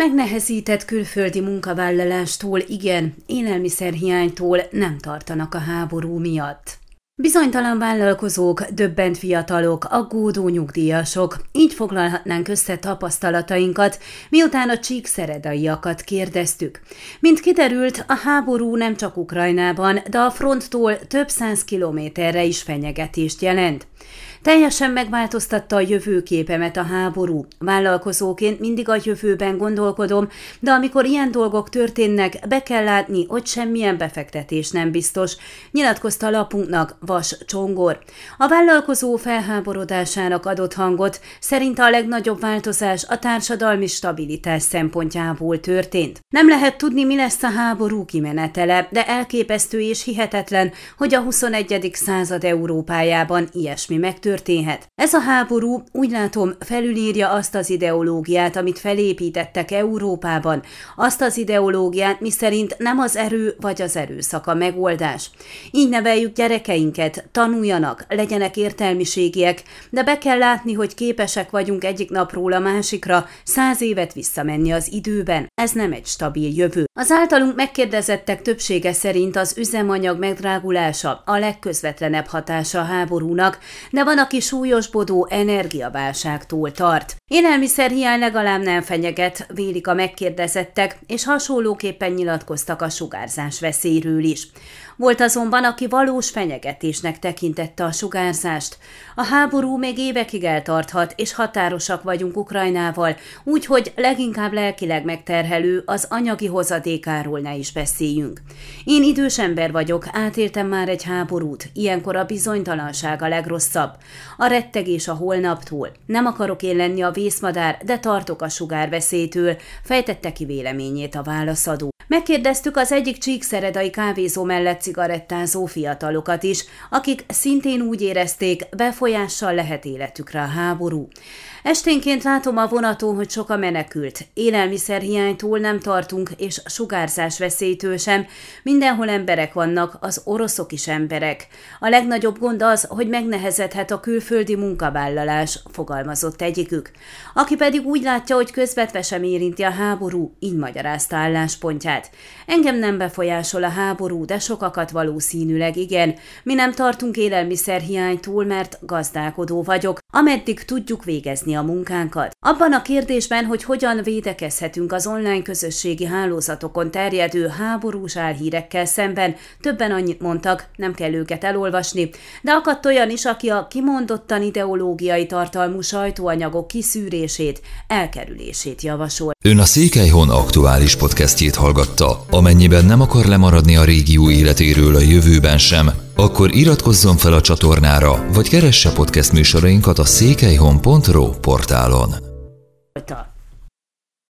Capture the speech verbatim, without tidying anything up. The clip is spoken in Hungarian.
Megnehezített külföldi munkavállalástól igen, élelmiszerhiánytól nem tartanak a háború miatt. Bizonytalan vállalkozók, döbbent fiatalok, aggódó nyugdíjasok, így foglalhatnánk össze tapasztalatainkat, miután a csíkszeredaiakat kérdeztük. Mint kiderült, a háború nem csak Ukrajnában, de a fronttól több száz kilométerre is fenyegetést jelent. Teljesen megváltoztatta a jövőképemet a háború. Vállalkozóként mindig a jövőben gondolkodom, de amikor ilyen dolgok történnek, be kell látni, hogy semmilyen befektetés nem biztos, nyilatkozta a lapunknak Vas Csongor. A vállalkozó felháborodásának adott hangot, szerint a legnagyobb változás a társadalmi stabilitás szempontjából történt. Nem lehet tudni, mi lesz a háború kimenetele, de elképesztő és hihetetlen, hogy a huszonegyedik század Európájában ilyesmi megtörtént. Történhet. Ez a háború, úgy látom, felülírja azt az ideológiát, amit felépítettek Európában, azt az ideológiát, miszerint nem az erő vagy az erőszak a megoldás. Így neveljük gyerekeinket, tanuljanak, legyenek értelmiségiek, de be kell látni, hogy képesek vagyunk egyik napról a másikra száz évet visszamenni az időben. Ez nem egy stabil jövő. Az általunk megkérdezettek többsége szerint az üzemanyag megdrágulása a legközvetlenebb hatása a háborúnak, de van, aki súlyosbodó energiaválságtól tart. Élelmiszerhiány legalább nem fenyeget, vélik a megkérdezettek, és hasonlóképpen nyilatkoztak a sugárzás veszélyről is. Volt azonban, aki valós fenyegetésnek tekintette a sugárzást. A háború még évekig eltarthat, és határosak vagyunk Ukrajnával, úgyhogy leginkább lelkileg megterhelő, az anyagi hozadékáról ne is beszéljünk. Én idős ember vagyok, átéltem már egy háborút, ilyenkor a bizonytalanság a legrosszabb. A rettegés a holnaptól. Nem akarok én lenni a vészmadár, de tartok a sugárveszélytől, fejtette ki véleményét a válaszadó. Megkérdeztük az egyik csíkszeredai kávézó mellett cigarettázó fiatalokat is, akik szintén úgy érezték, befolyással lehet életükre a háború. Esténként látom a vonaton, hogy sok a menekült. Élelmiszerhiánytól nem tartunk, és sugárzás veszélytől sem. Mindenhol emberek vannak, az oroszok is emberek. A legnagyobb gond az, hogy megnehezedhet a külföldi munkavállalás, fogalmazott egyikük. Aki pedig úgy látja, hogy közvetve sem érinti a háború, így magyarázta álláspontját. Engem nem befolyásol a háború, de sokakat valószínűleg igen. Mi nem tartunk élelmiszerhiánytól, mert gazdálkodó vagyok, ameddig tudjuk végezni a munkánkat. Abban a kérdésben, hogy hogyan védekezhetünk az online közösségi hálózatokon terjedő háborús álhírekkel szemben, többen annyit mondtak, nem kell őket elolvasni, de akadt olyan is, aki a kimondottan ideológiai tartalmú sajtóanyagok kiszűrését, elkerülését javasol. Ön a Székelyhon aktuális podcastjét hallgatta. Amennyiben nem akar lemaradni a régió életéről a jövőben sem, akkor iratkozzon fel a csatornára, vagy keresse podcast műsorainkat a székelyhon pont ro portálon.